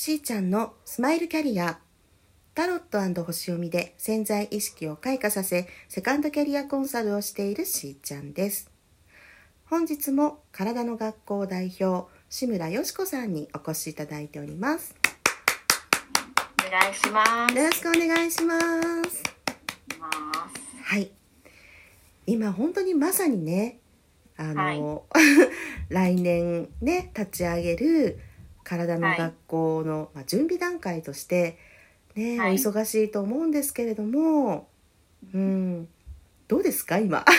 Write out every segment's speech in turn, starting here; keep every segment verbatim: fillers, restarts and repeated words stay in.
しーちゃんのスマイルキャリア。タロット&星読みで潜在意識を開花させ、セカンドキャリアコンサルをしているしーちゃんです。本日も体の学校代表、志村よしこさんにお越しいただいております。 お願いします。 よろしくお願いします。はい。今本当にまさにね、あの、はい、来年ね立ち上げる体の学校の、はい、まあ、準備段階としてね、はい、お忙しいと思うんですけれども、うん、どうですか今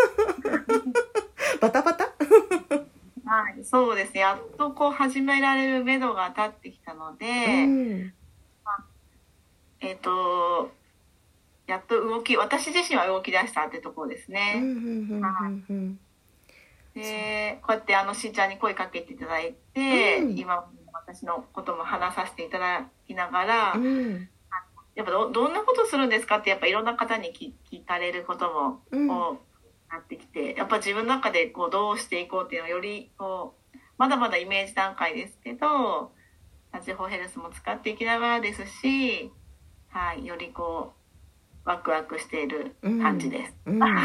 バタバタはい、そうですね。やっとこう始められる目処が立ってきたので、うんまあ、えっとやっと動き私自身は動き出したってところですね。でこうやってあのしーちゃんに声かけていただいて、うん、今私のことも話させていただきながら、うん、やっぱ ど, どんなことするんですかってやっぱいろんな方に聞かれることも多くなってきて、うん、やっぱ自分の中でこうどうしていこうっていうのをよりこうまだまだイメージ段階ですけどタチホヘルスも使っていきながらですし、はい、よりこうワクワクしている感じです、うんうん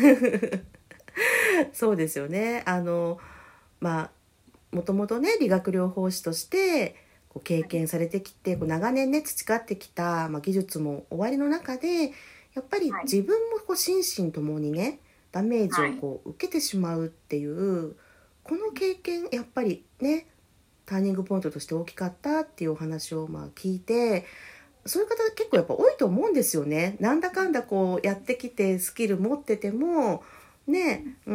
そうですよね。あのまあもともとね理学療法士としてこう経験されてきて、こう長年ね培ってきた、まあ、技術も終わりの中でやっぱり自分もこう心身ともにねダメージをこう受けてしまうっていう、はい、この経験やっぱりねターニングポイントとして大きかったっていうお話をまあ聞いて、そういう方結構やっぱ多いと思うんですよね。なんだかんだこうやってきてスキル持っててもね、うん、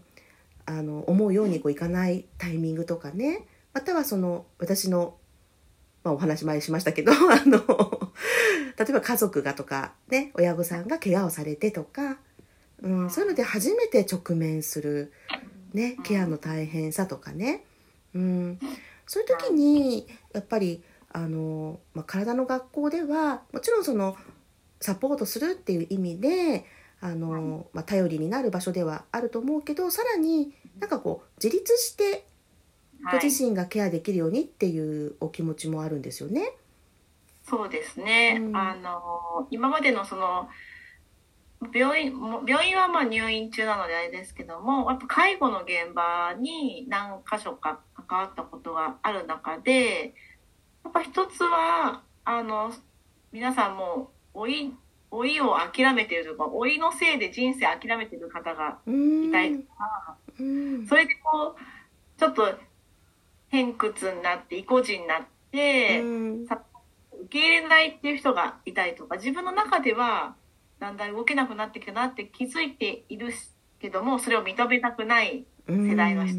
あの思うようにこういかないタイミングとかね、またはその私の、まあ、お話前しましたけどあの例えば家族がとかね親御さんが怪我をされてとか、うん、そういうので初めて直面する、ね、ケアの大変さとかね、うん、そういう時にやっぱりあの、まあ、体の学校ではもちろんそのサポートするっていう意味であの、まあ、頼りになる場所ではあると思うけど、さらになんかこう自立してご自身がケアできるようにっていうお気持ちもあるんですよね。 そうですね、うん、あの今までのその病院病院はまあ入院中なのであれですけども、やっぱ介護の現場に何箇所か関わったことがある中で、やっぱ一つはあの皆さんも老い老いを諦めているとか、老いのせいで人生諦めている方がいたりとか、それでこうちょっと偏屈になって意固地になって受け入れないっていう人がいたりとか、自分の中ではだんだん動けなくなってきたなって気づいているけども、それを認めたくない世代の人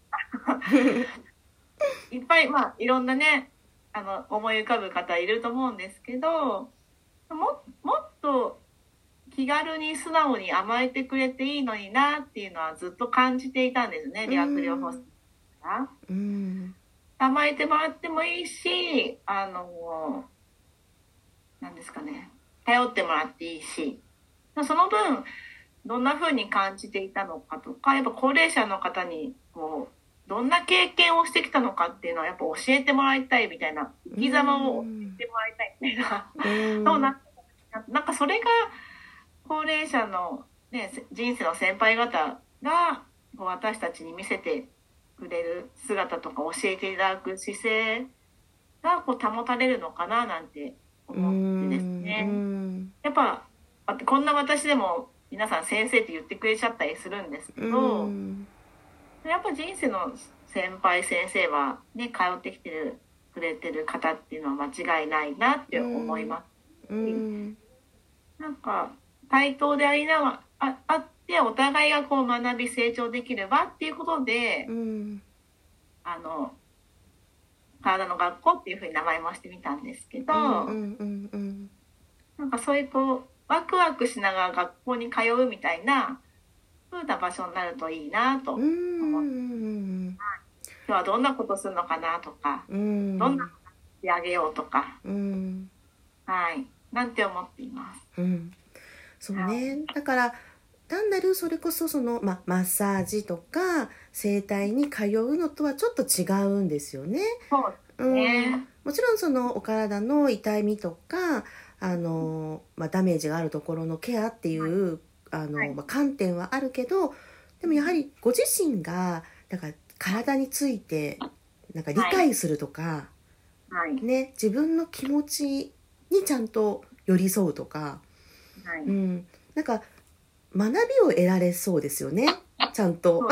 いっぱい、まあいろんなねあの思い浮かぶ方いると思うんですけど、も, もっと気軽に素直に甘えてくれていいのになっていうのはずっと感じていたんですね、理学療法士が。甘えてもらってもいいし、あのなんですかね、頼ってもらっていいし、その分どんな風に感じていたのかとか、やっぱ高齢者の方にこうどんな経験をしてきたのかっていうのはやっぱ教えてもらいたいみたいな、生き様を教えてもらいたいみたいな、そうななんかそれが高齢者の、ね、人生の先輩方がこう私たちに見せてくれる姿とか教えていただく姿勢がこう保たれるのかななんて思ってですね、やっぱこんな私でも皆さん先生って言ってくれちゃったりするんですけど、やっぱ人生の先輩先生はね通ってきてるくれてる方っていうのは間違いないなって思いますし、なんか対等でありながら あ, あってお互いがこう学び成長できればっていうことで、あの体の学校っていうふうに名前もしてみたんですけど、なんかそういうこうワクワクしながら学校に通うみたいな風な場所になるといいなと思って、今日はどんなことするのかなとか、どんなことしてあげようとか、はいなんて思っています、 うん、そうね、はい、だから単なるそれこそその、ま、マッサージとか整体に通うのとはちょっと違うんですよね。 そうですね、 もちろんそのお体の痛みとかあの、まあ、ダメージがあるところのケアっていう、はい、あの、はい、まあ、観点はあるけど、でもやはりご自身がなんか体についてなんか理解するとか、 はいね、自分の気持ちにちゃんと寄り添うとか、 はい、 うん、なんか学びを得られそうですよね、ちゃんと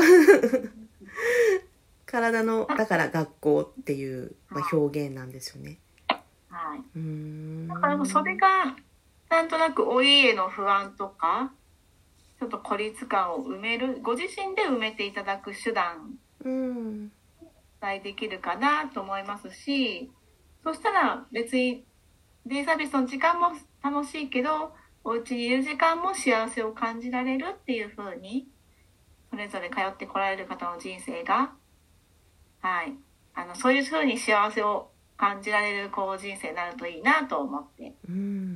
体のだから学校っていう、まあ、表現なんですよね。 はい、 うーん、 だからそれがなんとなく老いへの不安とかちょっと孤立感を埋める、ご自身で埋めていただく手段ができるかなと思いますし、そしたら別にデイサービスの時間も楽しいけどお家にいる時間も幸せを感じられるっていう風にそれぞれ通ってこられる方の人生が、はい、あのそういう風に幸せを感じられるこう人生になるといいなと思って、 うん、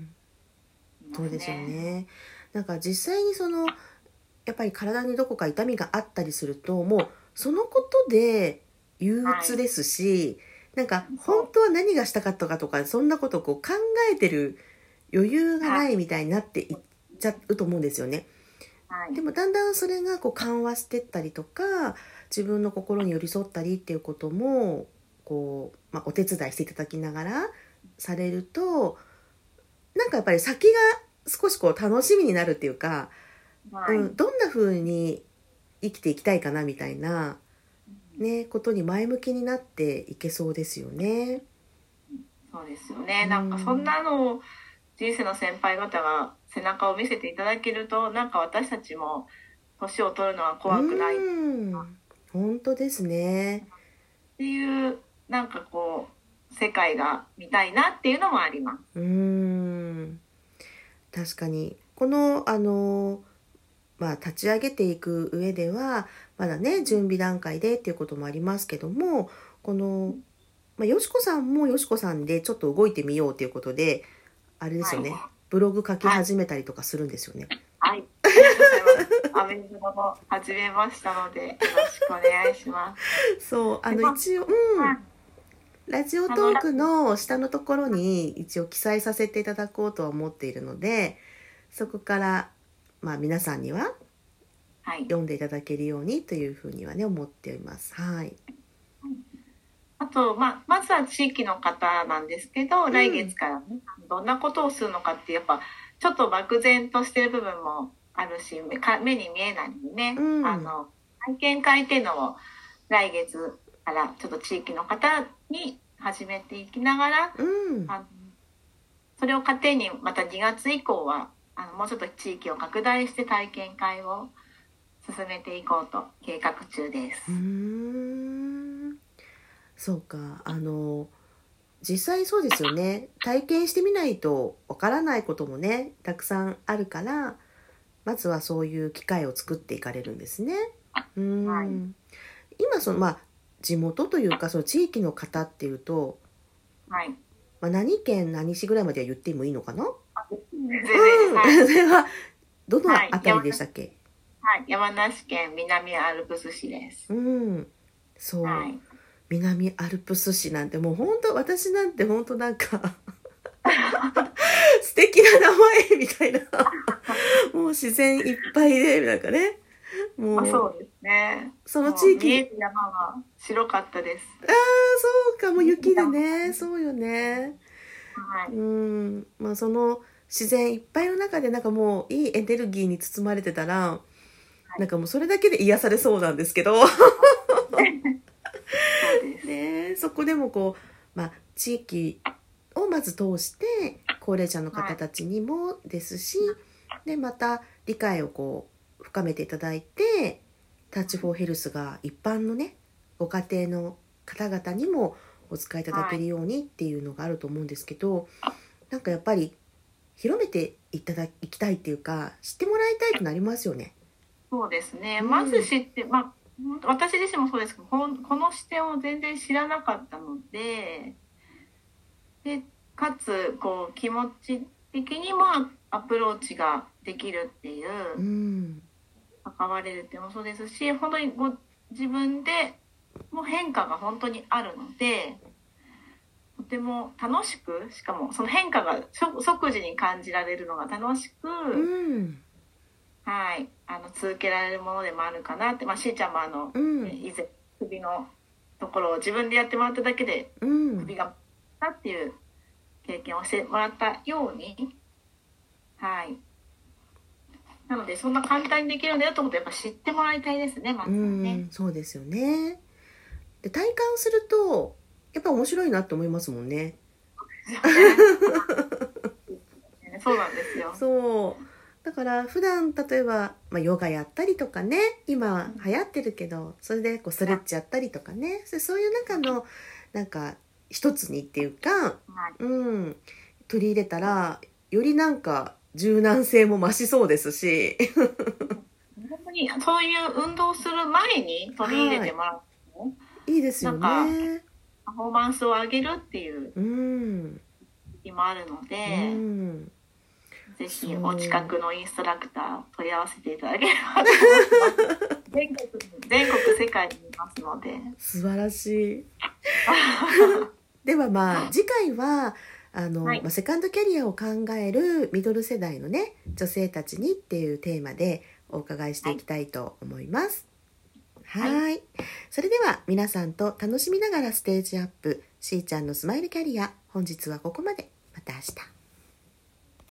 そうですよね。なんか実際にそのやっぱり体にどこか痛みがあったりするともうそのことで憂鬱ですし、はい、なんか本当は何がしたかったかとかそんなことをこう考えてる余裕がないみたいになっていっちゃうと思うんですよね。 はい、 でもだんだんそれがこう緩和してったりとか自分の心に寄り添ったりっていうこともこう、まあ、お手伝いしていただきながらされるとなんかやっぱり先が少しこう楽しみになるっていうか、はい、うん、どんな風に生きていきたいかなみたいな、ね、ことに前向きになっていけそうですよね。 そうですよね、うん、なんかそんなのを人生の先輩方が背中を見せていただけるとなんか私たちも年を取るのは怖くない、 うん、本当ですねっていうなんかこう世界が見たいなっていうのもあります。 うーん、確かにこのあのまあ立ち上げていく上ではまだね準備段階でっていうこともありますけども、この、まあ、よしこさんもよしこさんでちょっと動いてみようということであれですよね、はい、ブログ書き始めたりとかするんですよね。 はい、ありがとうございます。アメリカも始めましたのでよろしくお願いします。 そうあの一応、うん、ラジオトークの下のところに一応記載させていただこうとは思っているので、そこからまあ皆さんには読んでいただけるようにというふうにはね思っています。はい。 あと、まあ、まずは地域の方なんですけど、うん、来月からねどんなことをするのかってやっぱちょっと漠然としてる部分もあるし目に見えないのでね、うん、あの体験会っていうのを来月からちょっと地域の方に始めていきながら、うん、あのそれを糧にまたにがつ以降はあのもうちょっと地域を拡大して体験会を進めていこうと計画中です。 うーん、そうか、あの実際そうですよね。体験してみないとわからないこともねたくさんあるからまずはそういう機会を作っていかれるんですね。うーん、はい、今そのまあ地元というかその地域の方っていうと、 はい、 まあ、何県何市ぐらいまでは言ってもいいのかな。 全然、はい、 それはどのあたりでしたっけ。 はい、山梨県南アルプス市です。 うん、そう、はい、南アルプス市なんてもう本当私なんて本当なんか素敵な名前みたいなもう自然いっぱいでなんかねもう、まあ、そうですね。 その地域見える山は白かったです。 ああそうかもう雪でねそうよね、 はい、 うんまあその自然いっぱいの中でなんかもういいエネルギーに包まれてたら、はい、なんかもうそれだけで癒されそうなんですけどそうです、 ね、そこでもこう、まあ、地域をまず通して高齢者の方たちにもですし、はい、でまた理解をこう深めていただいてタッチフォーヘルスが一般のねご家庭の方々にもお使いいただけるようにっていうのがあると思うんですけど、はい、なんかやっぱり広めていただきたいっていうか知ってもらいたいとなりますよね。 そうですね、うん、まず知って、まあ、私自身もそうですけどこの視点を全然知らなかったので、でかつこう気持ち的にもアプローチができるっていう、うん、関われるっていうのもそうですし本当にご自分でも変化が本当にあるのでても楽しく、しかもその変化が即即時に感じられるのが楽しく、 うんはい、あの続けられるものでもあるかなって、まあ、しーちゃんもあの、 うん以前首のところを自分でやってもらっただけでうん首がたっていう経験をしてもらったように、はい、なのでそんな簡単にできるんだよってことをやっぱ知ってもらいたいですね、まずはね。 うんそうですよね。で体感するとやっぱ面白いなって思いますもんね。 そうなんですよ。 そうだから普段例えば、まあ、ヨガやったりとかね、今流行ってるけどそれでこうストレッチやったりとかね、そそういう中のなんか一つにっていうか、 はい、 うん、取り入れたらよりなんか柔軟性も増しそうですし本当にそういう運動する前に取り入れてもらうと、はい、 いいですよね。 なんかパフォーマンスを上げるっていう意もあるので、 うん、 ぜひお近くのインストラクターを問い合わせていただければと思います。全国全国世界にいますので。 素晴らしい。ではまあ次回はあの、はい、まあ、セカンドキャリアを考えるミドル世代のね女性たちにっていうテーマでお伺いしていきたいと思います。はい、はい、それでは皆さんと楽しみながらステージアップ、しーちゃんのスマイルキャリア、本日はここまで。また明日。